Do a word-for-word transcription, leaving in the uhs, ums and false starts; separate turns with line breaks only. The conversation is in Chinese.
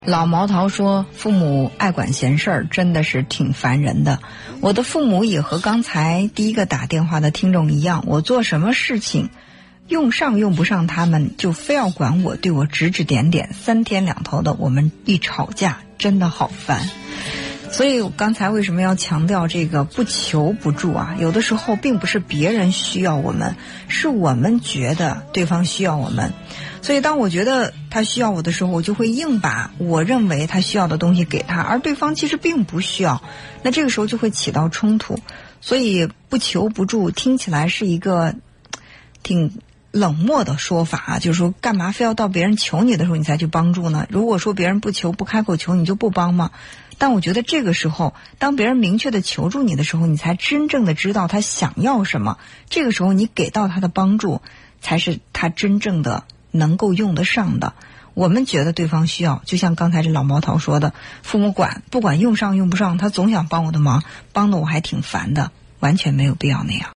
老毛头说，父母爱管闲事儿真的是挺烦人的。我的父母也和刚才第一个打电话的听众一样，我做什么事情用上用不上，他们就非要管我，对我指指点点，三天两头的，我们一吵架真的好烦。所以刚才为什么要强调这个不求不助啊？有的时候并不是别人需要我们，是我们觉得对方需要我们。所以当我觉得他需要我的时候，我就会硬把我认为他需要的东西给他，而对方其实并不需要，那这个时候就会起到冲突。所以不求不助听起来是一个挺冷漠的说法啊，就是说干嘛非要到别人求你的时候你才去帮助呢？如果说别人不求不开口求，你就不帮吗？但我觉得这个时候，当别人明确的求助你的时候，你才真正的知道他想要什么，这个时候你给到他的帮助才是他真正的能够用得上的。我们觉得对方需要，就像刚才这老毛头说的，父母管不管用上用不上，他总想帮我的忙，帮得我还挺烦的，完全没有必要那样。